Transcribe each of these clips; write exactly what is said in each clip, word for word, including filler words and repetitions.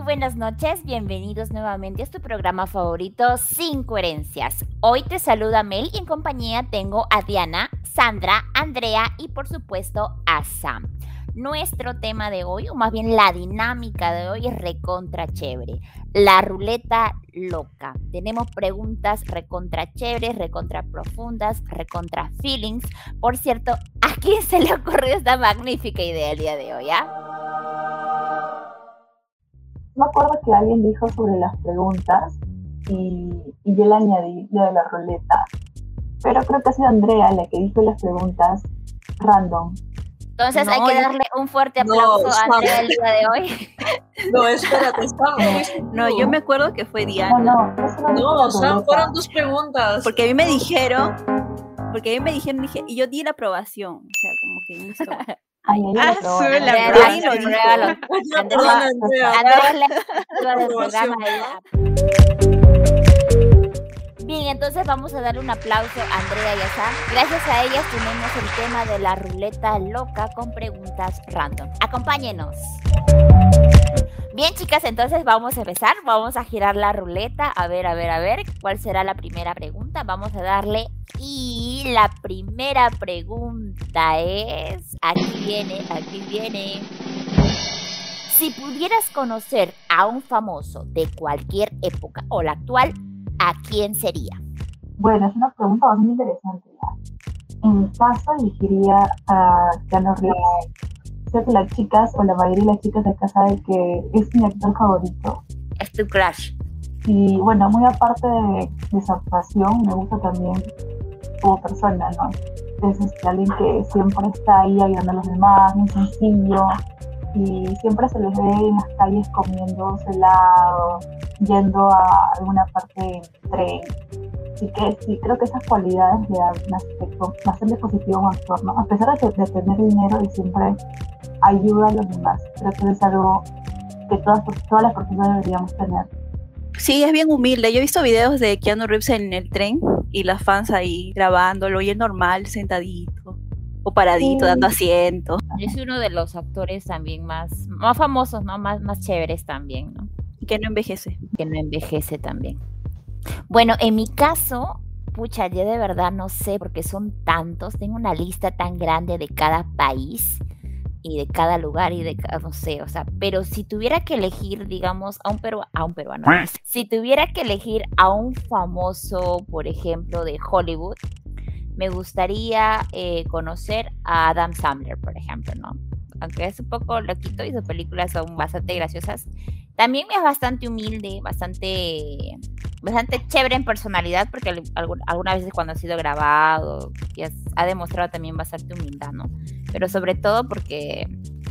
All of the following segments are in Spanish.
buenas noches, bienvenidos nuevamente a tu programa favorito Sin Coherencias. Hoy te saluda Mel y en compañía tengo a Diana, Sandra, Andrea y por supuesto a Sam. Nuestro tema de hoy, o más bien la dinámica de hoy, es recontra chévere. La ruleta loca. Tenemos preguntas recontra chéveres, recontra profundas, recontra feelings. Por cierto, ¿a quién se le ocurrió esta magnífica idea el día de hoy, ah? Me acuerdo que alguien dijo sobre las preguntas y, y yo le añadí lo de la ruleta. Pero creo que ha sido Andrea la que dijo las preguntas random. Entonces No, hay que yo- darle un fuerte aplauso No, a Andrea el día de hoy. No, espérate, Sam. No, yo me acuerdo que fue No, Diana. no, no solamente No, la Sam, ruleta. fueron tus preguntas. Porque a mí me dijeron, porque a mí me dijeron, dije, y yo di la aprobación. O sea, como que listo. Ay, ella Ah, la probó, sube ¿no? la Andrea, Nadie lo Andrea, dijo. lo- Ya, Andrea- perdón, Andrea. Andrea es la ejecutiva del Aprobación, programa. Bien, entonces vamos a darle un aplauso a Andrea y a Sam. Gracias a ellas tenemos el tema de la ruleta loca con preguntas random. Acompáñenos. Bien, chicas, entonces vamos a empezar. Vamos a girar la ruleta. A ver, a ver, a ver. ¿Cuál será la primera pregunta? Vamos a darle. Y la primera pregunta es... Aquí viene, aquí viene. Si pudieras conocer a un famoso de cualquier época o la actual, ¿a quién sería? Bueno, es una pregunta bastante interesante. ¿Ya? En mi caso, elegiría a Keanu Reeves. Sé que las chicas, o la mayoría de las chicas de acá saben que es mi actor favorito. Es tu crush. Y bueno, muy aparte de, de su actuación, me gusta también como persona, ¿no? Es este, alguien que siempre está ahí ayudando a los demás, muy sencillo. Y siempre se les ve en las calles comiendo helado, yendo a alguna parte en tren. Así que sí, creo que esas cualidades le dan un aspecto bastante positivo a un actor, ¿no? A pesar de, de tener dinero y siempre ayuda a los demás. Creo que es algo que todas, todas las personas deberíamos tener. Sí, es bien humilde. Yo he visto videos de Keanu Reeves en el tren y las fans ahí grabándolo y es normal, sentadito o paradito, Sí. dando asiento. Es uno de los actores también más, más famosos, ¿no? Más, más chéveres también, ¿no? Y que no envejece. Que no envejece también. Bueno, en mi caso, pucha, yo de verdad no sé, porque son tantos, tengo una lista tan grande de cada país y de cada lugar y de cada, no sé, o sea, pero si tuviera que elegir, digamos, a un peruano, a un peruano, si tuviera que elegir a un famoso, por ejemplo, de Hollywood, me gustaría eh, conocer a Adam Sandler, por ejemplo, ¿no? Aunque es un poco loquito y sus películas son bastante graciosas. También es bastante humilde, bastante, bastante chévere en personalidad, porque algún, algunas veces cuando ha sido grabado y has, ha demostrado también bastante humildad, ¿no? Pero sobre todo porque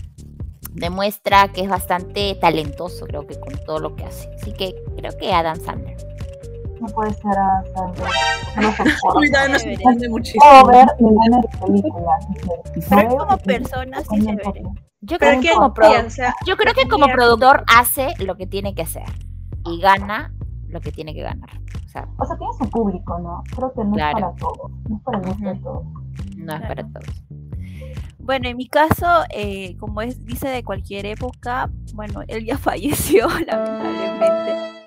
demuestra que es bastante talentoso, creo que con todo lo que hace. Así que creo que Adam Sandler. No puede ser a Sandra. No soporto. Uy, Diana se Chévere. entiende No muchísimo. puedo ver ninguna película. Pero él como persona sí se ve. Yo Pero creo que que como sí, produ- o sea, yo creo que como productor hace lo que tiene que hacer y gana lo que tiene que ganar. O sea, O sea, tiene su público, ¿no? Creo que no Claro. es para todos. No es para el gusto de Ujú. todos. no es Claro. para todos. Bueno, en mi caso, eh, como es, dice de cualquier época, bueno, él ya falleció, lamentablemente.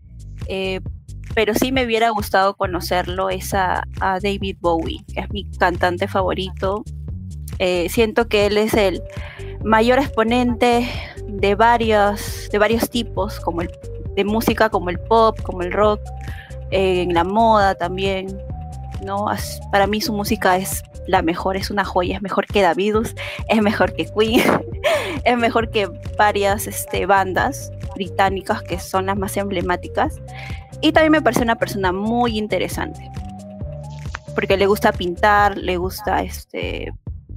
Eh, pero sí me hubiera gustado conocerlo, es a, a David Bowie, que es mi cantante favorito. Eh, siento que él es el mayor exponente de varios, de varios tipos, como el, de música, como el pop, como el rock, eh, en la moda también, ¿no? As- Para mí su música es la mejor, es una joya, es mejor que Davidus, es mejor que Queen, es mejor que varias este, bandas británicas que son las más emblemáticas. Y también me parece una persona muy interesante, porque le gusta pintar, le gusta este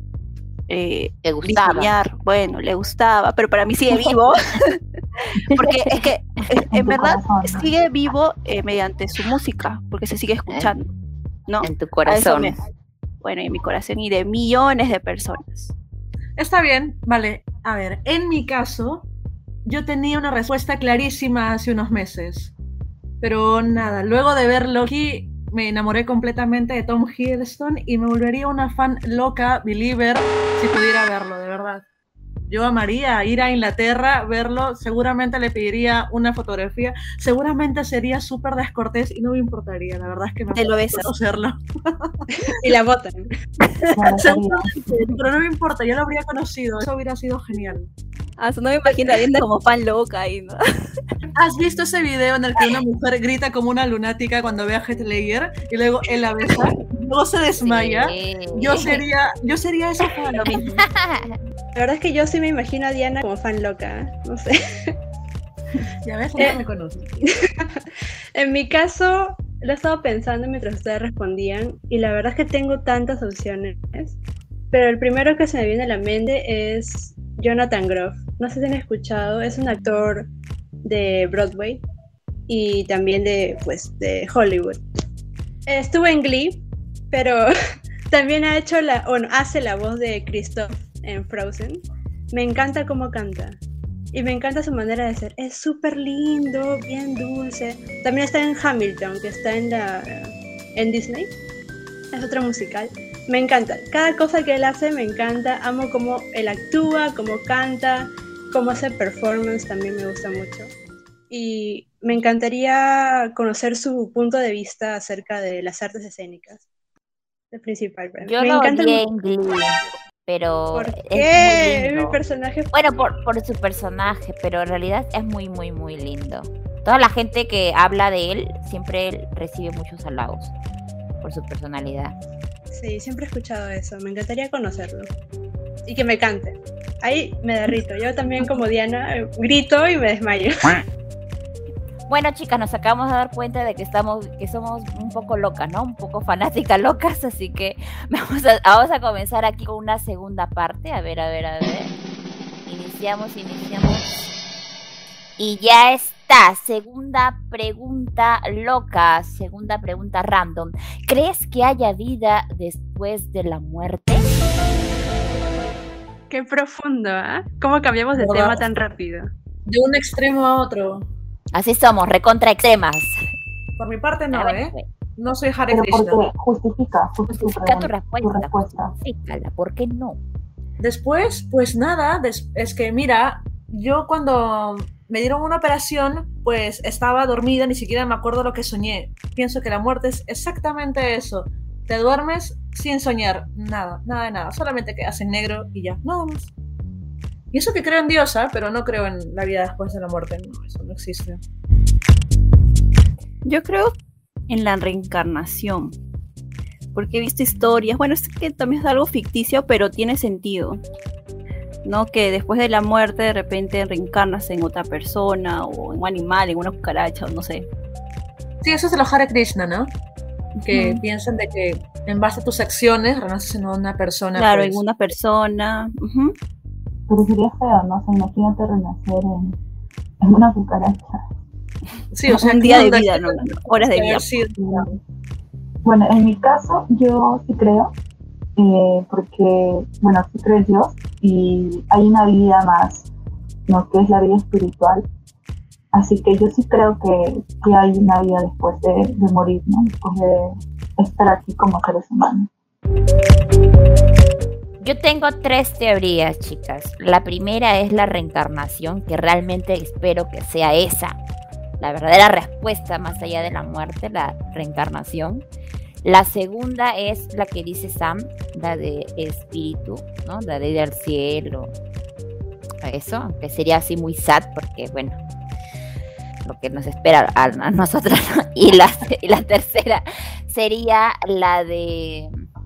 eh, ¿Te gustaba? diseñar, bueno, le gustaba, pero para mí sigue vivo, porque es que eh, en tu verdad corazón, ¿no? sigue vivo eh, mediante su música, porque se sigue escuchando, ¿no? En tu A eso corazón. me- bueno, y en mi corazón y de millones de personas. Está bien, vale. A ver, en mi caso, yo tenía una respuesta clarísima hace unos meses. Pero nada, luego de ver Loki, me enamoré completamente de Tom Hiddleston y me volvería una fan loca, believer, si pudiera verlo, de verdad. Yo amaría ir a Inglaterra, verlo, seguramente le pediría una fotografía, seguramente sería súper descortés y no me importaría, la verdad es que me Te lo besas. conocerlo. Y la botan. Seguramente, pero no me importa, yo lo habría conocido, eso hubiera sido genial. Ah, eso no me imagino a Diana como fan loca ahí, ¿no? ¿Has visto ese video en el que una mujer grita como una lunática cuando ve a Heath Ledger y luego él la besa, luego se desmaya? Sí. Yo sería, yo sería esa fan. Lo mismo. La verdad es que yo sí me imagino a Diana como fan loca, ¿eh? No sé. Ya ves, Eh. no me conoce. En mi caso, lo he estado pensando mientras ustedes respondían y la verdad es que tengo tantas opciones, pero el primero que se me viene a la mente es Jonathan Groff. No sé si han escuchado, es un actor de Broadway y también de, pues, de Hollywood. Estuvo en Glee, pero también ha hecho la, bueno, hace la voz de Kristoff en Frozen. Me encanta cómo canta y me encanta su manera de ser. Es súper lindo, bien dulce. También está en Hamilton, que está en la en Disney. Es otro musical. Me encanta. Cada cosa que él hace me encanta. Amo cómo él actúa, cómo canta, cómo hace performance. También me gusta mucho. Y me encantaría conocer su punto de vista acerca de las artes escénicas. El principal para mí. Yo Me lo encanta el- odié en Glee, pero ¿Por es qué? muy Es mi lindo. personaje. Bueno, por, por su personaje, pero en realidad es muy, muy, muy lindo. Toda la gente que habla de él siempre recibe muchos halagos por su personalidad. Sí, siempre he escuchado eso. Me encantaría conocerlo. Y que me cante. Ahí me derrito. Yo también, como Diana, eh, grito y me desmayo. Bueno, chicas, nos acabamos de dar cuenta de que estamos, que somos un poco locas, ¿no? Un poco fanáticas locas, así que vamos a, vamos a comenzar aquí con una segunda parte. A ver, a ver, a ver. Iniciamos, iniciamos. Y ya está. Segunda pregunta loca, segunda pregunta random. ¿Crees que haya vida después de la muerte? Qué profundo, ¿ah? ¿eh? ¿Cómo cambiamos de ¿Verdad? tema tan rápido? De un extremo a otro. Así somos, recontra extremas. Por mi parte no, A ver, ¿eh? pues, No soy Hare Pero Krishna. porque justifica, justifica justifica tu tu respuesta, respuesta. justifícala, ¿por qué no? Después, pues nada, des- es que mira, yo cuando me dieron una operación, pues estaba dormida, ni siquiera me acuerdo lo que soñé. Pienso que la muerte es exactamente eso. Te duermes sin soñar, nada, nada de nada, solamente quedas en negro y ya, nada más. Y eso que creo en Dios, ¿eh? Pero no creo en la vida después de la muerte, no, eso no existe. Yo creo en la reencarnación, porque he visto historias, bueno, es que también es algo ficticio, pero tiene sentido, ¿no? Que después de la muerte de repente reencarnas en otra persona, o en un animal, en una cucaracha, o no sé. Sí, eso es de los Hare Krishna, ¿no? Que Ujú. piensan de que en base a tus acciones renaces en una persona. Claro, pues. en una persona. Ujú. Pero sería feo, ¿no? O sea, imagínate renacer en, en una cucaracha. Sí, o sea, Un que día de onda- vida, ¿no? Horas de que vida. haber sido- Bueno, en mi caso, yo sí creo, eh, porque, bueno, sí creo en Dios y hay una vida más, ¿no? Que es la vida espiritual. Así que yo sí creo que, que hay una vida después de, de morir, ¿no? Después de estar aquí como seres humanos. Yo tengo tres teorías, chicas. La primera es la reencarnación, que realmente espero que sea esa, la verdadera respuesta más allá de la muerte, la reencarnación. La segunda es la que dice Sam, la de espíritu, ¿no? La de ir al cielo. Eso, aunque sería así muy sad, porque bueno, lo que nos espera a, a nosotros, ¿no? Y la, y la tercera sería la de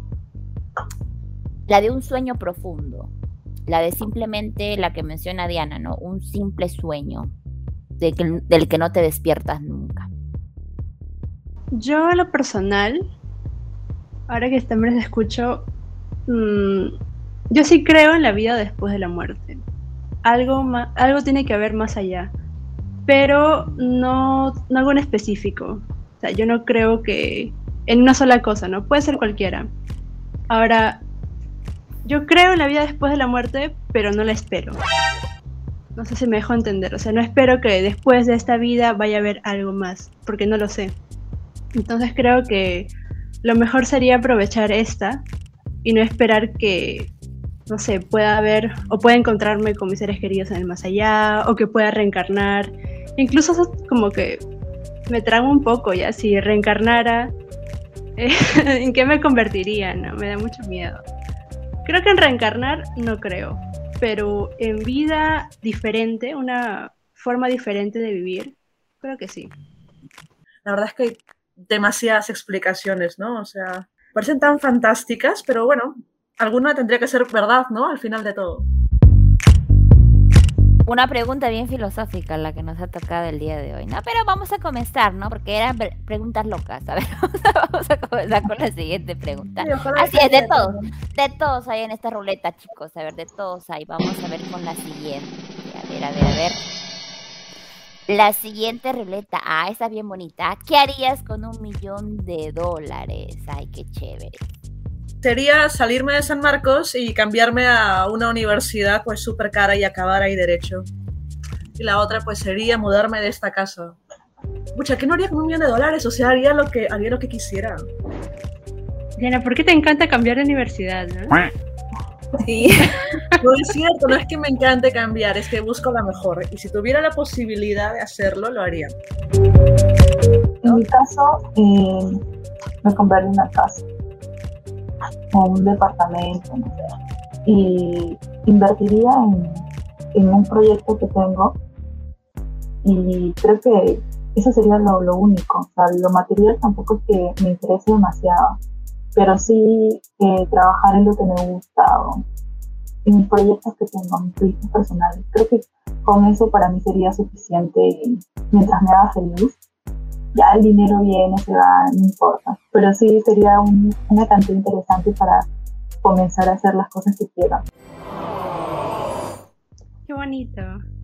la de un sueño profundo, la de simplemente la que menciona Diana, ¿no? Un simple sueño de que, del que no te despiertas nunca. Yo, a lo personal, ahora que también les escucho, mmm, yo sí creo en la vida después de la muerte. Algo, ma- algo tiene que haber más allá, pero no, no algo en específico. O sea, yo no creo que en una sola cosa, ¿no? Puede ser cualquiera. Ahora, yo creo en la vida después de la muerte, pero no la espero. No sé si me dejo entender. O sea, no espero que después de esta vida vaya a haber algo más, porque no lo sé. Entonces creo que lo mejor sería aprovechar esta y no esperar que no sé, pueda ver o pueda encontrarme con mis seres queridos en el más allá, o que pueda reencarnar. Incluso eso como que me trauma un poco, ya, si reencarnara, eh, ¿en qué me convertiría? No, me da mucho miedo. Creo que en reencarnar no creo, pero en vida diferente, una forma diferente de vivir, creo que sí. La verdad es que hay demasiadas explicaciones, ¿no? O sea, parecen tan fantásticas, pero bueno, alguna tendría que ser verdad, ¿no? Al final de todo. Una pregunta bien filosófica la que nos ha tocado el día de hoy, ¿no? Pero vamos a comenzar, ¿no? Porque eran pre- preguntas locas. A ver, vamos a comenzar con la siguiente pregunta. Sí, ojalá Así es, de todos. De todos hay en esta ruleta, chicos. A ver, de todos hay. Vamos a ver con la siguiente. A ver, a ver, a ver. La siguiente ruleta. Ah, esta es bien bonita. ¿Qué harías con un millón de dólares? Ay, qué chévere. Sería salirme de San Marcos y cambiarme a una universidad pues súper cara y acabar ahí derecho. Y la otra pues sería mudarme de esta casa. Pucha, ¿qué no haría con un millón de dólares? O sea, haría lo que, haría lo que quisiera. Diana, ¿por qué te encanta cambiar de universidad, no? Sí. No es cierto, no es que me encante cambiar, es que busco la mejor. Y si tuviera la posibilidad de hacerlo, lo haría. En mi caso, eh, me compraría una casa o un departamento, no sé, y invertiría en, en un proyecto que tengo, y creo que eso sería lo, lo único. O sea, lo material tampoco es que me interese demasiado, pero sí eh, trabajar en lo que me gusta, o en mis proyectos que tengo, mis proyectos personales. Creo que con eso para mí sería suficiente, y mientras me haga feliz, ya el dinero viene, se va, no importa. Pero sí sería un, una cantidad interesante para comenzar a hacer las cosas que quiero. Qué bonito.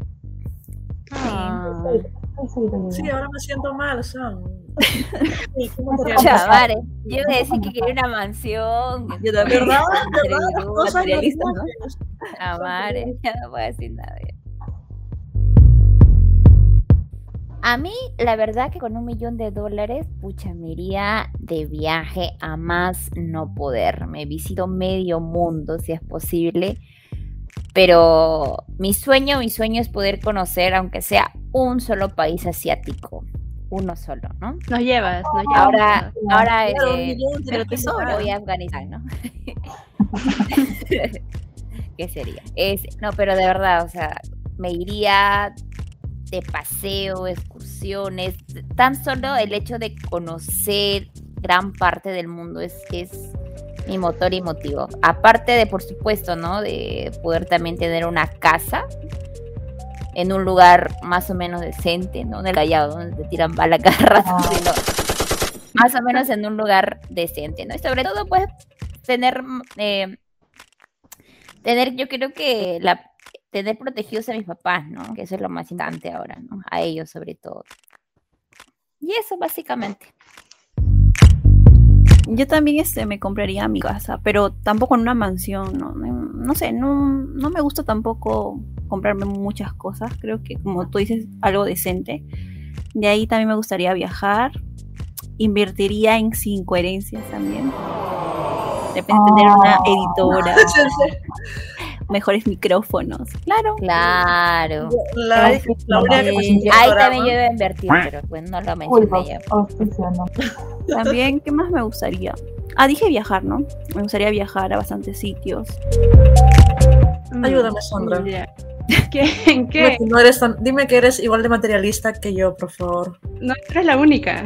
Ah. Sí, ahora me siento mal, Sam. Sí, ¿cómo sería? Chavales, yo iba a decir que quería una mansión. Yo también. ¿Verdad? Pero ¿Verdad? tú, Todos hay materialista, los ¿no? viajes. Amares, ya no puedo decir nada. ya. A mí, la verdad que con un millón de dólares, pucha, me iría de viaje a más no poder. Me visito medio mundo, si es posible. Pero mi sueño, mi sueño es poder conocer, aunque sea un solo país asiático. Uno solo, ¿no? Nos llevas, nos llevas. Ahora, ahora Claro, un eh, millón, pero te tienes que sobra. voy a Afganistán, ¿no? ¿Qué sería? Es, no, pero de verdad, o sea, me iría de paseo, excursiones, tan solo el hecho de conocer gran parte del mundo es, es mi motor y motivo. Aparte de, por supuesto, ¿no? De poder también tener una casa en un lugar más o menos decente, no en el Callao, donde te tiran bala cada rato, sino más o menos en un lugar decente, ¿no? Y sobre todo, pues, tener, eh, tener, yo creo que la tener protegidos a mis papás, ¿no? Que eso es lo más importante ahora, ¿no? A ellos sobre todo. Y eso básicamente. Yo también este, me compraría mi casa, pero tampoco en una mansión, ¿no? No sé, no, no me gusta tampoco comprarme muchas cosas. Creo que, como tú dices, algo decente. De ahí también me gustaría viajar. Invertiría en Sin Coherencias también. De repente tener una editora, mejores micrófonos. Claro. Claro. La, la única que me sintió Ahí programa. también yo iba a invertir, pero pues no lo mencioné ya. También, ¿qué más me gustaría? Ah, dije viajar, ¿no? Me gustaría viajar a bastantes sitios. Ayúdame, Sondra. Ya. ¿Qué? ¿En Dime qué? que, no eres tan, dime que eres igual de materialista que yo, por favor. No eres la única.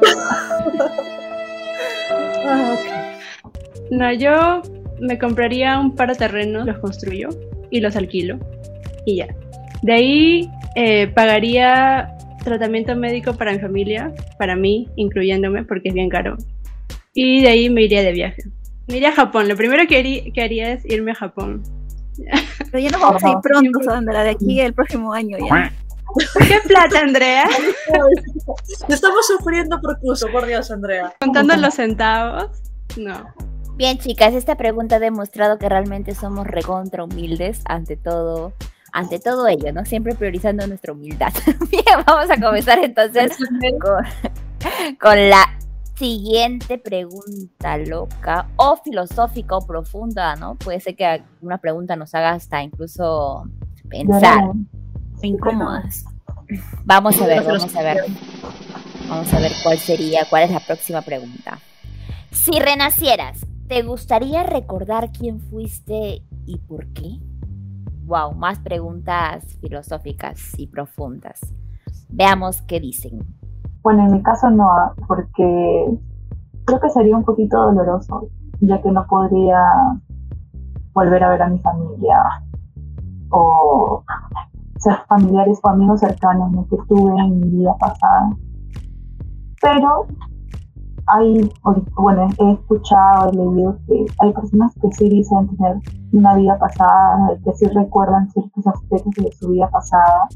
Ah, ok. No, yo me compraría un par de terrenos, los construyo y los alquilo. Y ya. De ahí eh, pagaría tratamiento médico para mi familia, para mí, incluyéndome, porque es bien caro. Y de ahí me iría de viaje. Me iría a Japón. Lo primero que haría, que haría es irme a Japón. Pero ya no vamos a ir pronto, Sandra, de aquí el próximo año ya. ¿Qué plata, Andrea? Estamos sufriendo por curso, por Dios, Andrea. Contando los centavos. No. Bien, chicas, esta pregunta ha demostrado que realmente somos recontra humildes ante todo, ante todo ello, ¿no? Siempre priorizando nuestra humildad. Bien, vamos a comenzar entonces con, con la Siguiente pregunta loca o filosófica o profunda, ¿no? Puede ser que una pregunta nos haga hasta incluso pensar. Incómodas. Vamos a ver, vamos a ver. Vamos a ver cuál sería, cuál es la próxima pregunta. Si renacieras, ¿te gustaría recordar quién fuiste y por qué? Wow, más preguntas filosóficas y profundas. Veamos qué dicen. Bueno, en mi caso no, porque creo que sería un poquito doloroso, ya que no podría volver a ver a mi familia o ser familiares o amigos cercanos, ¿no?, que tuve en mi vida pasada. Pero hay, bueno, he escuchado, he leído que hay personas que sí dicen tener una vida pasada, que sí recuerdan ciertos aspectos de su vida pasada,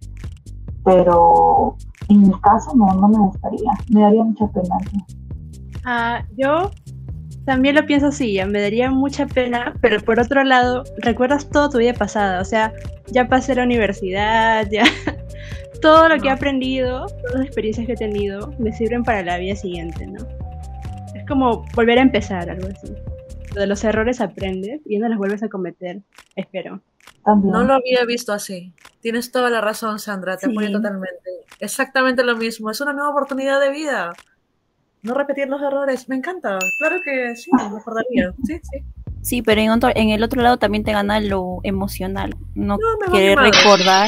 pero en mi caso no, no me gustaría, me daría mucha pena. Ah, yo también lo pienso así, ya me daría mucha pena, pero por otro lado, recuerdas toda tu vida pasada, o sea, ya pasé la universidad, ya todo lo que he aprendido, todas las experiencias que he tenido, me sirven para la vida siguiente, ¿no? Es como volver a empezar, algo así. Lo de los errores aprendes y no los vuelves a cometer, espero. También. No lo había visto así. Tienes toda la razón, Sandra, te Sí. apoyo totalmente. Exactamente lo mismo, es una nueva oportunidad de vida. No repetir los errores, me encanta. Claro que sí, me acordaría. Sí, sí. Sí, pero en, otro, en el otro lado también te gana lo emocional. No, No, me va querer mi madre. recordar.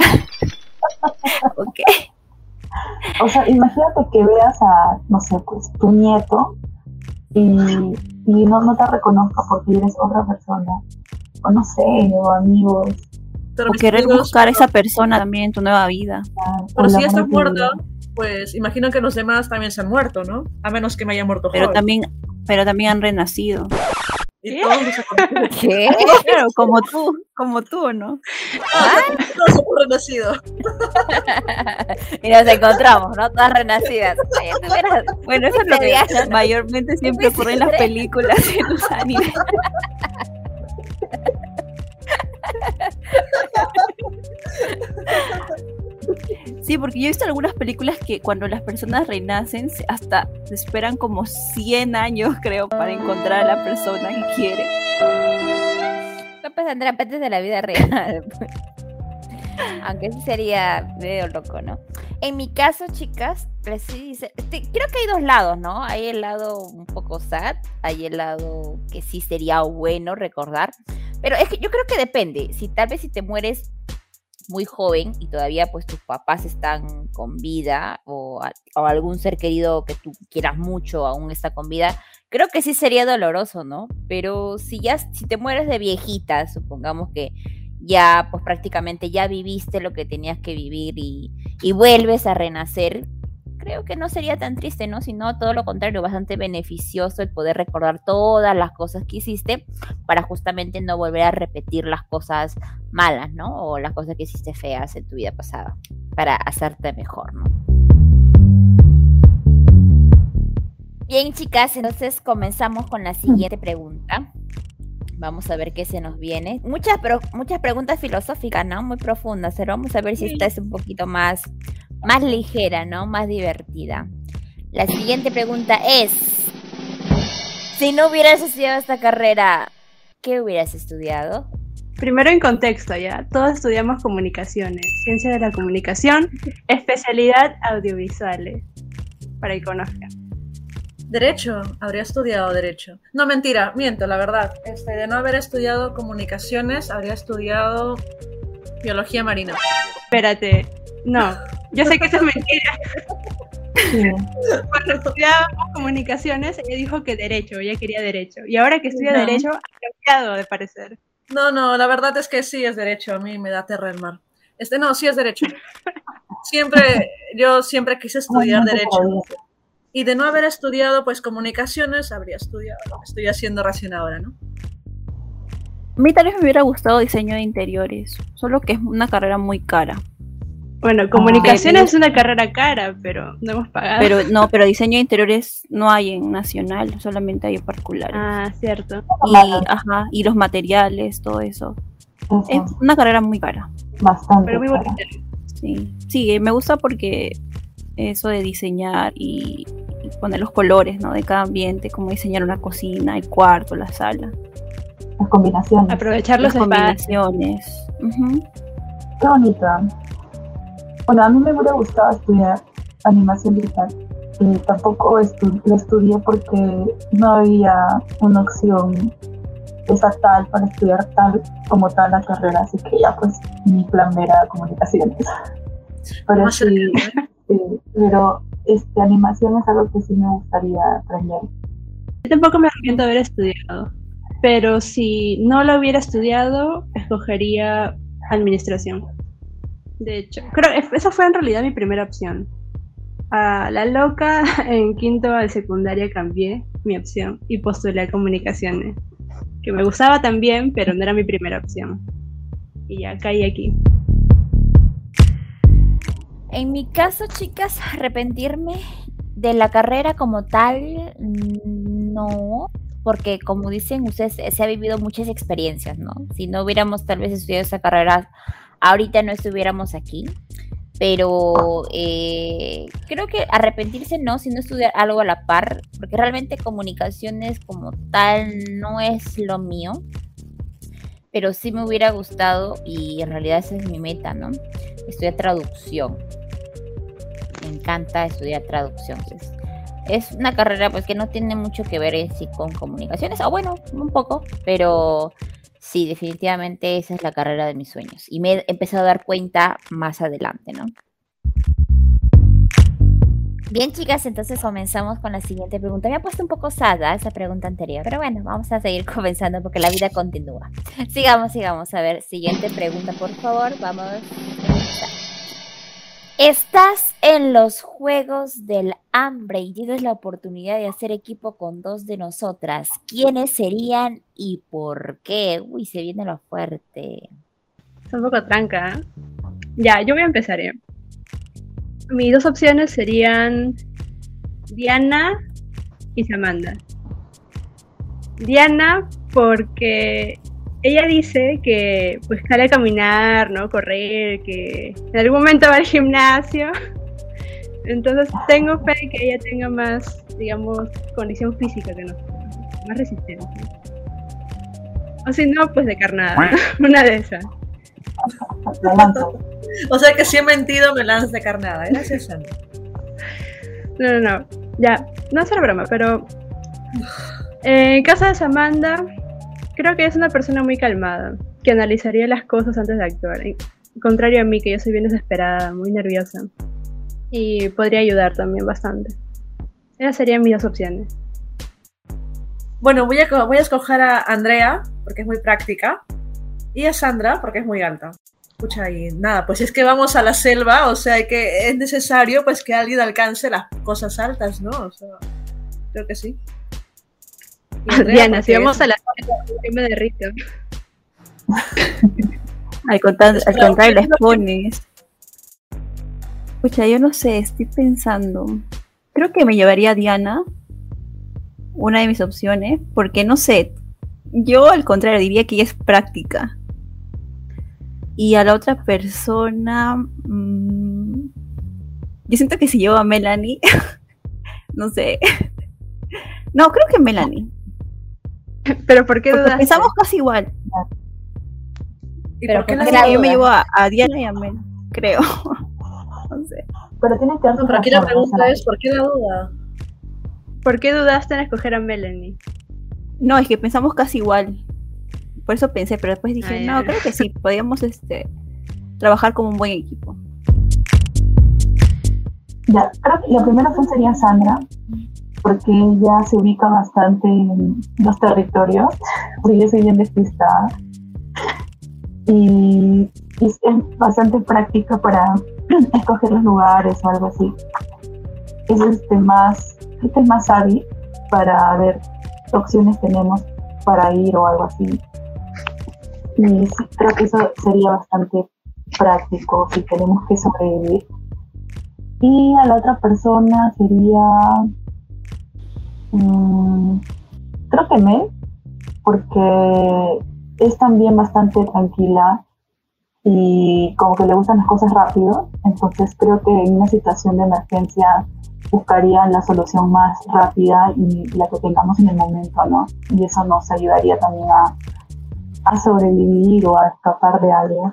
Ok. O sea, imagínate que veas a, no sé, pues tu nieto y, y no, no te reconozca porque eres otra persona. O no sé, o amigos. Pero O mis querer amigos- buscar a esa persona también en tu nueva vida. o Pero el si ya amor estás de tu muerta, vida. pues imagino que los demás también se han muerto, ¿no? A menos que me haya muerto Pero joven. también, pero también han renacido. ¿Y ¿Qué? todos se han ¿Qué? Claro, como tú, como tú, ¿no? Todos hemos renacido. Y nos encontramos, ¿no? Todas renacidas. Ay, tú verás. Bueno, eso es lo que Diana, ¿no? mayormente siempre ocurre en las películas y en los animes. Sí, porque yo he visto algunas películas que cuando las personas renacen se- hasta se esperan como cien años, creo, para encontrar a la persona que quiere. No, pues Andrea, antes de la vida real. Aunque sí sería medio loco, ¿no? En mi caso, chicas, pues sí dice, este, creo que hay dos lados, ¿no? Hay el lado un poco sad, hay el lado que sí sería bueno recordar, pero es que yo creo que depende. Si tal vez si te mueres muy joven y todavía pues tus papás están con vida o, a- o algún ser querido que tú quieras mucho aún está con vida, creo que sí sería doloroso, ¿no? Pero si ya, si te mueres de viejita, supongamos que ya pues prácticamente ya viviste lo que tenías que vivir y, y vuelves a renacer, creo que no sería tan triste, ¿no? Sino todo lo contrario, bastante beneficioso el poder recordar todas las cosas que hiciste para justamente no volver a repetir las cosas malas, ¿no? O las cosas que hiciste feas en tu vida pasada, para hacerte mejor, ¿no? Bien, chicas, entonces comenzamos con la siguiente pregunta. Vamos a ver qué se nos viene. Muchas, pero, muchas preguntas filosóficas, ¿no? Muy profundas, pero vamos a ver si esta es un poquito más, más ligera, ¿no? Más divertida. La siguiente pregunta es, si no hubieras estudiado esta carrera, ¿qué hubieras estudiado? Primero en contexto, ya. Todos estudiamos comunicaciones, ciencia de la comunicación, especialidad audiovisuales, para que conozcan. Derecho, habría estudiado Derecho. No, mentira, miento, la verdad. Este, de no haber estudiado comunicaciones, habría estudiado biología marina. Espérate, no, yo sé que eso es mentira. Sí. Cuando estudiábamos comunicaciones, ella dijo que derecho, ella quería derecho. Y ahora que estudia No. derecho, ha cambiado de parecer. No, no, la verdad es que sí es Derecho. A mí me da terror el mar. Este, no, sí es Derecho. Siempre, yo siempre quise estudiar Obviamente Derecho. todavía. Y de no haber estudiado, pues, comunicaciones, habría estudiado lo que estoy haciendo recién ahora, ¿no? A mí tal vez me hubiera gustado diseño de interiores, solo que es una carrera muy cara. Bueno, comunicaciones Ah, es una carrera cara, pero no hemos pagado. Pero no, pero diseño de interiores no hay en nacional, solamente hay en particulares. Ah, cierto. Y, ajá, y los materiales, todo eso. Eso, Es una carrera muy cara. bastante. Pero muy cara. bonita. Sí, sí, me gusta porque eso de diseñar y, y poner los colores, ¿no? De cada ambiente, cómo diseñar una cocina, el cuarto, la sala. Las combinaciones. Aprovechar los Las espacios. combinaciones. Ujú. Qué bonita. Bueno, a mí me hubiera gustado estudiar animación digital y tampoco estu- lo estudié porque no había una opción estatal para estudiar tal como tal la carrera, así que ya pues mi plan era comunicaciones. Pero Más sí, cercano, ¿eh? sí, pero este, animación es algo que sí me gustaría aprender. Yo tampoco me arrepiento de haber estudiado, pero si no lo hubiera estudiado, escogería administración. De hecho, creo que esa fue en realidad mi primera opción. A la loca, en quinto al secundaria cambié mi opción y postulé a comunicaciones, que me gustaba también, pero no era mi primera opción. Y ya caí aquí. En mi caso, chicas, arrepentirme de la carrera como tal, no, porque como dicen ustedes, se ha vivido muchas experiencias, ¿no? Si no hubiéramos tal vez estudiado esa carrera, ahorita no estuviéramos aquí. Pero eh, creo que arrepentirse no, sino estudiar algo a la par, porque realmente comunicaciones como tal no es lo mío, pero sí me hubiera gustado y en realidad esa es mi meta, ¿no? Estudiar traducción. Me encanta estudiar traducción. Es, es una carrera pues que no tiene mucho que ver en sí con comunicaciones, o bueno, un poco, pero sí, definitivamente esa es la carrera de mis sueños. Y me he empezado a dar cuenta más adelante, ¿no? Bien, chicas, entonces comenzamos con la siguiente pregunta. Me ha puesto un poco sada esa pregunta anterior, pero bueno, vamos a seguir comenzando porque la vida continúa. Sigamos, sigamos. A ver, siguiente pregunta, por favor. Vamos a empezar. Estás en los Juegos del Hambre y tienes la oportunidad de hacer equipo con dos de nosotras. ¿Quiénes serían y por qué? Uy, se viene lo fuerte. Es un poco tranca, ¿eh? Ya, yo voy a empezar, ¿eh? Mis dos opciones serían Diana y Samantha. Diana porque ella dice que pues sale a caminar, ¿no? Correr, que en algún momento va al gimnasio. Entonces tengo fe de que ella tenga más, digamos, condición física que nosotros, más resistencia. O si no, pues de carnada, una de esas. Me lanzo. O sea que si he mentido, me lanzas de carnada. Gracias, Sandra. No, no, no. Ya, no es broma, pero eh, en caso de Samantha, creo que es una persona muy calmada, que analizaría las cosas antes de actuar. En contrario a mí, que yo soy bien desesperada, muy nerviosa. Y podría ayudar también bastante. Esas serían mis dos opciones. Bueno, voy a, voy a escoger a Andrea, porque es muy práctica, y a Sandra, porque es muy alta. Escucha, y nada, pues es que vamos a la selva, o sea, que es necesario pues que alguien alcance las cosas altas, ¿no? O sea, creo que sí. Y Andrea, Diana, si porque vamos es- a la selva, yo me derrito. Al, contra- al Espera, contrario, ¿qué les es lo que- pones. Escucha, yo no sé, estoy pensando. Creo que me llevaría a Diana, una de mis opciones, porque no sé. Yo al contrario diría que ella es práctica. Y a la otra persona. mmm, yo siento que si llevo a Melanie. no sé. No, creo que Melanie. Pero ¿por qué Porque dudaste? pensamos casi igual. ¿Y Pero por qué ¿por la qué Así la que yo me duda? llevo a, a Diana y a Mel, creo. no sé. Pero tiene que dar No, sus pero aquí la razones, pregunta o sea, es, ¿por qué la duda? ¿Por qué dudaste en escoger a Melanie? No, es que pensamos casi igual. Por eso pensé, pero después dije, Ah, ya. no, creo que sí, podíamos este, trabajar como un buen equipo. ya, creo que la primera opción sería Sandra, porque ella se ubica bastante en los territorios, porque yo soy bien despistada. Y, y es bastante práctica para escoger los lugares o algo así. Es este más, creo que es más hábil para ver qué opciones tenemos para ir o algo así. Y sí, creo que eso sería bastante práctico si tenemos que sobrevivir. Y a la otra persona sería, mmm, creo que Mel, porque es también bastante tranquila y como que le gustan las cosas rápido, entonces creo que en una situación de emergencia buscaría la solución más rápida y la que tengamos en el momento, ¿no? Y eso nos ayudaría también a, a sobrevivir o a escapar de algo.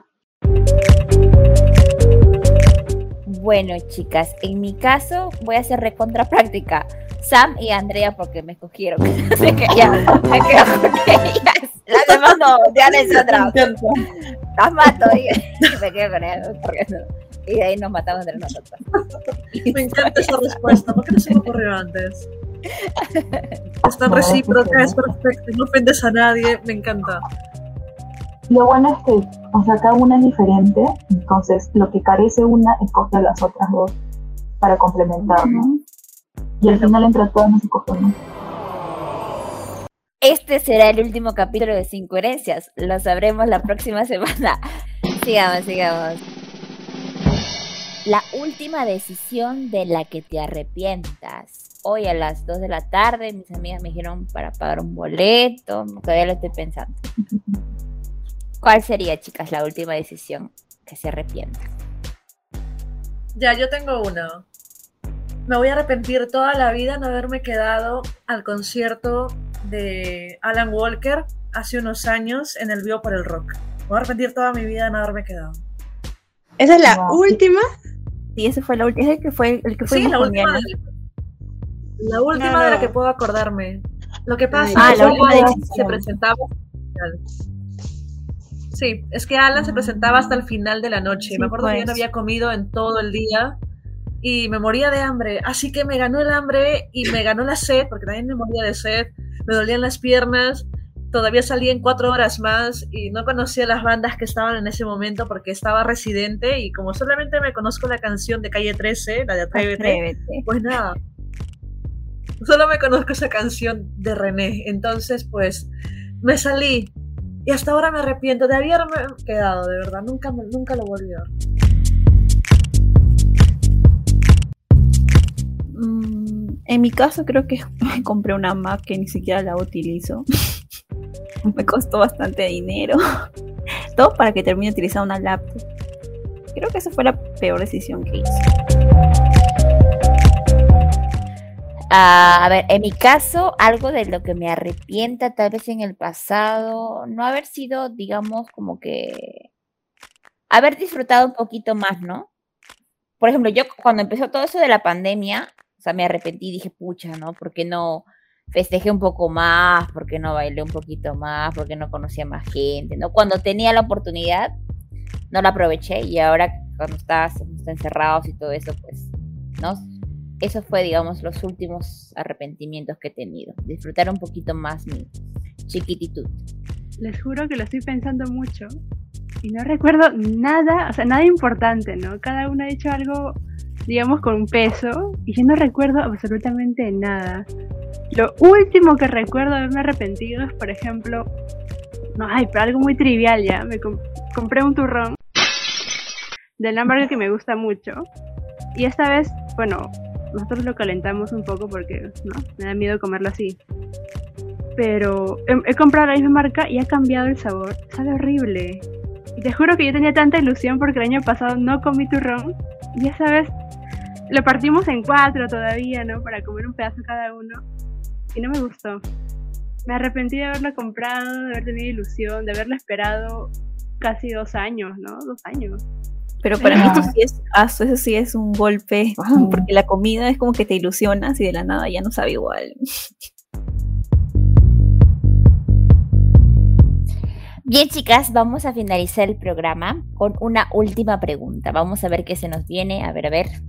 Bueno, chicas, en mi caso voy a hacer recontra práctica. Sam y Andrea porque me escogieron. Así que ya, me quedo con ellas. Las demás no, ya les otra. Las mato y me quedo con ellas. Porque no. Y de ahí nos matamos entre nosotros. Me encanta esa respuesta. ¿Por qué no se me ocurrió antes? Es tan recíproca, es perfecta, no ofendes a nadie. Me encanta. Lo bueno es que, o sea, cada una es diferente, entonces lo que carece una escoge a las otras dos para complementar, ¿no? Uh-huh. Y al final entre todas nos escogemos. Este será el último capítulo de Sin Coherencias. Lo sabremos la próxima semana. Sigamos, sigamos. La última decisión de la que te arrepientas. Hoy a las dos de la tarde mis amigas me dijeron para pagar un boleto. Todavía lo estoy pensando. ¿Cuál sería, chicas, la última decisión que se arrepienta? Ya, yo tengo una. Me voy a arrepentir toda la vida de no haberme quedado al concierto de Alan Walker hace unos años en el Vivo por el Rock. Me voy a arrepentir toda mi vida de no haberme quedado. ¿Esa es la wow. última? Sí, esa fue la última. Es el que fue el que fue sí, la última, de, la última no, no. de la que puedo acordarme. Lo que pasa ah, es que Alan se presentaba. Sí, es que Alan se presentaba hasta el final de la noche. Sí, me acuerdo pues. que yo no había comido en todo el día y me moría de hambre. Así que me ganó el hambre y me ganó la sed, porque también me moría de sed. Me dolían las piernas. Todavía salía en cuatro horas más y no conocía las bandas que estaban en ese momento porque estaba residente y como solamente me conozco la canción de Calle trece, la de Atrévete, Atrévete. Pues nada, solo me conozco esa canción de René. Entonces pues me salí y hasta ahora me arrepiento de haberme quedado, de verdad, nunca, nunca lo volví a ver. Mm, en mi caso creo que compré una Mac que ni siquiera la utilizo. Me costó bastante dinero. Todo para que termine utilizando una laptop. Creo que esa fue la peor decisión que hice. Uh, a ver, en mi caso, algo de lo que me arrepienta tal vez en el pasado, no haber sido, digamos, como que haber disfrutado un poquito más, ¿no? Por ejemplo, yo cuando empezó todo eso de la pandemia, o sea, me arrepentí y dije, pucha, ¿no? ¿Por qué no festejé un poco más? ¿Por qué no bailé un poquito más? ¿Por qué no conocía más gente? ¿No? Cuando tenía la oportunidad, no la aproveché y ahora cuando estás, estás encerrados y todo eso, pues, ¿no? Eso fue, digamos, los últimos arrepentimientos que he tenido. Disfrutar un poquito más mi chiquititud. Les juro que lo estoy pensando mucho y no recuerdo nada, o sea, nada importante, ¿no? Cada uno ha hecho algo, digamos, con peso y yo no recuerdo absolutamente nada. Lo último que recuerdo haberme arrepentido es, por ejemplo, no, ay, pero algo muy trivial ya, me comp- compré un turrón de la marca que me gusta mucho y esta vez, bueno, nosotros lo calentamos un poco porque, no, me da miedo comerlo así, pero he, he comprado la misma marca y ha cambiado el sabor, sabe horrible y te juro que yo tenía tanta ilusión porque el año pasado no comí turrón y esta vez lo partimos en cuatro todavía, ¿no? Para comer un pedazo cada uno. Y no me gustó. Me arrepentí de haberlo comprado, de haber tenido ilusión, de haberlo esperado casi dos años, ¿no? Dos años. Pero para mí eso sí es, eso sí es un golpe, porque la comida es como que te ilusionas y de la nada ya no sabe igual. Bien, chicas, vamos a finalizar el programa con una última pregunta. Vamos a ver qué se nos viene. A ver, a ver.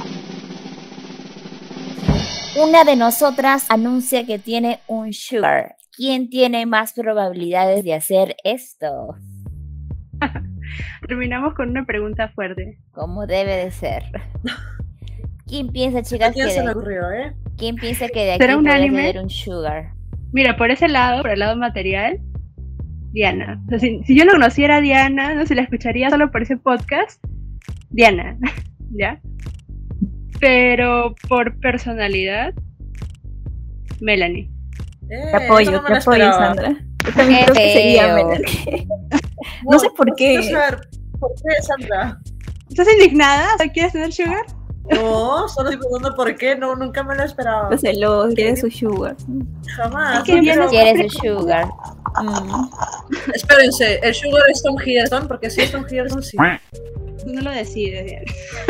Una de nosotras anuncia que tiene un sugar. ¿Quién tiene más probabilidades de hacer esto? Terminamos con una pregunta fuerte. Como debe de ser. ¿Quién piensa, chicas, ¿Quién que se de... le ocurrió, eh? ¿Quién piensa que de aquí puede tener un sugar? Mira, por ese lado, por el lado material, Diana. O sea, si, si yo no conociera a Diana, no, si la escucharía solo por ese podcast, Diana, ¿ya? Pero por personalidad, Melanie. Eh, te apoyo, no te apoyo, Sandra. Yo también creo que sería Melanie. No, no sé por qué. Saber, ¿por qué, Sandra? ¿Estás indignada? ¿Quieres tener sugar? No, solo estoy preguntando por qué, no, nunca me lo esperaba. Entonces lo quiere su sugar. Jamás. Es que ya no- Quiere su sugar. Mm. Espérense, ¿el sugar es Tom Hiddleston? Porque si es Tom Hiddleston, sí. Tú no lo decides, Diana.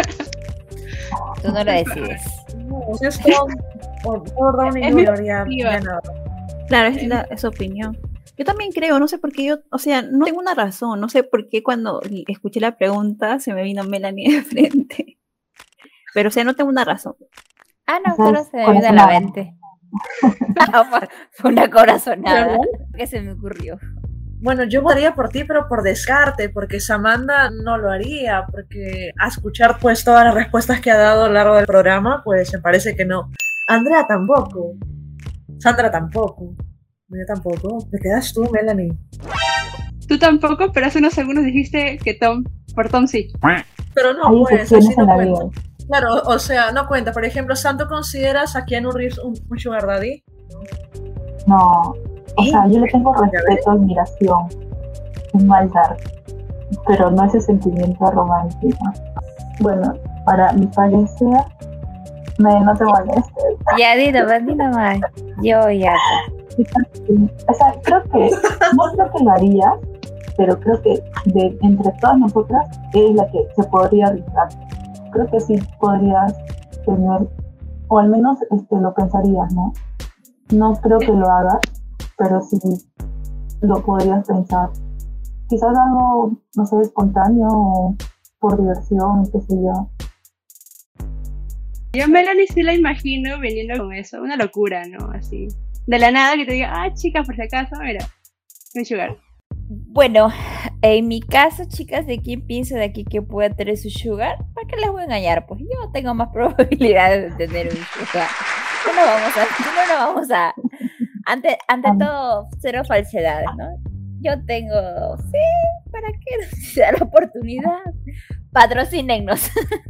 Tú no lo decides. No, si es Tom, por por Downey Es mi junior ya, perspectiva. ya nada. Claro, es, la, es su opinión. Yo también creo, no sé por qué yo, o sea, no tengo una razón, no sé por qué cuando escuché la pregunta se me vino Melanie de frente. Pero, o sea, no tengo una razón. Ah, no, O sea, solo es se me vino a la corazonada. mente. Ah, fue- Fue una corazonada ¿Verdad? que se me ocurrió. Bueno, yo votaría por ti, pero por descarte, porque Samantha no lo haría, porque a escuchar pues todas las respuestas que ha dado a lo largo del programa, pues me parece que no. Andrea tampoco. Sandra tampoco. Yo tampoco. ¿Te quedas tú, Melanie? Tú tampoco, pero hace unos segundos dijiste que Tom, por Tom sí. Pero no, Hay pues, excepciones así en no la vida. cuenta. Claro, o sea, no cuenta. Por ejemplo, ¿Santo consideras a Keanu Reeves un, un sugar daddy? No, o ¿Sí? sea, yo le tengo respeto, admiración, un maldad, pero no ese sentimiento romántico. Bueno, para mi parecer, me, no te molestes. Ya, di nomás, di nomás. Yo ya. O sea, creo que, no creo que lo haría, pero creo que de entre todas nosotras es la que se podría arriesgar. Creo que sí podrías tener, o al menos este, lo pensarías, ¿no? No creo que lo hagas, pero sí lo podrías pensar. Quizás algo, no sé, espontáneo o por diversión, qué sé yo. Yo a Melanie sí la imagino viniendo con eso, una locura, ¿no? Así. De la nada que te diga, ah, chica, por si acaso, mira, un sugar. Bueno, en mi caso, chicas, ¿de quién pienso de aquí que pueda tener su sugar? ¿Para qué les voy a engañar? Pues yo tengo más probabilidades de tener un sugar. No nos vamos a, no nos vamos a, ante, ante todo, cero falsedades, ¿no? Yo tengo, sí, ¿para qué no se da la oportunidad? Patrocínennos.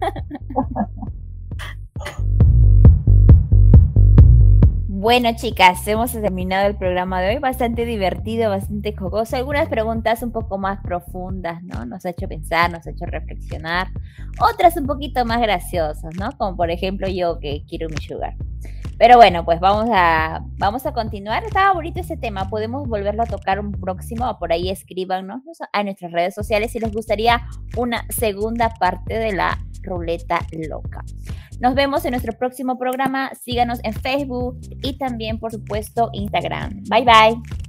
Bueno, chicas, hemos terminado el programa de hoy, bastante divertido, bastante jocoso, algunas preguntas un poco más profundas, ¿no? Nos ha hecho pensar, nos ha hecho reflexionar, otras un poquito más graciosas, ¿no? Como por ejemplo yo que quiero mi sugar. Pero bueno, pues vamos a, vamos a continuar. Estaba bonito este tema, podemos volverlo a tocar un próximo, o por ahí escríbanos a nuestras redes sociales si les gustaría una segunda parte de la ruleta loca. Nos vemos en nuestro próximo programa. Síganos en Facebook y también, por supuesto, Instagram. Bye, bye.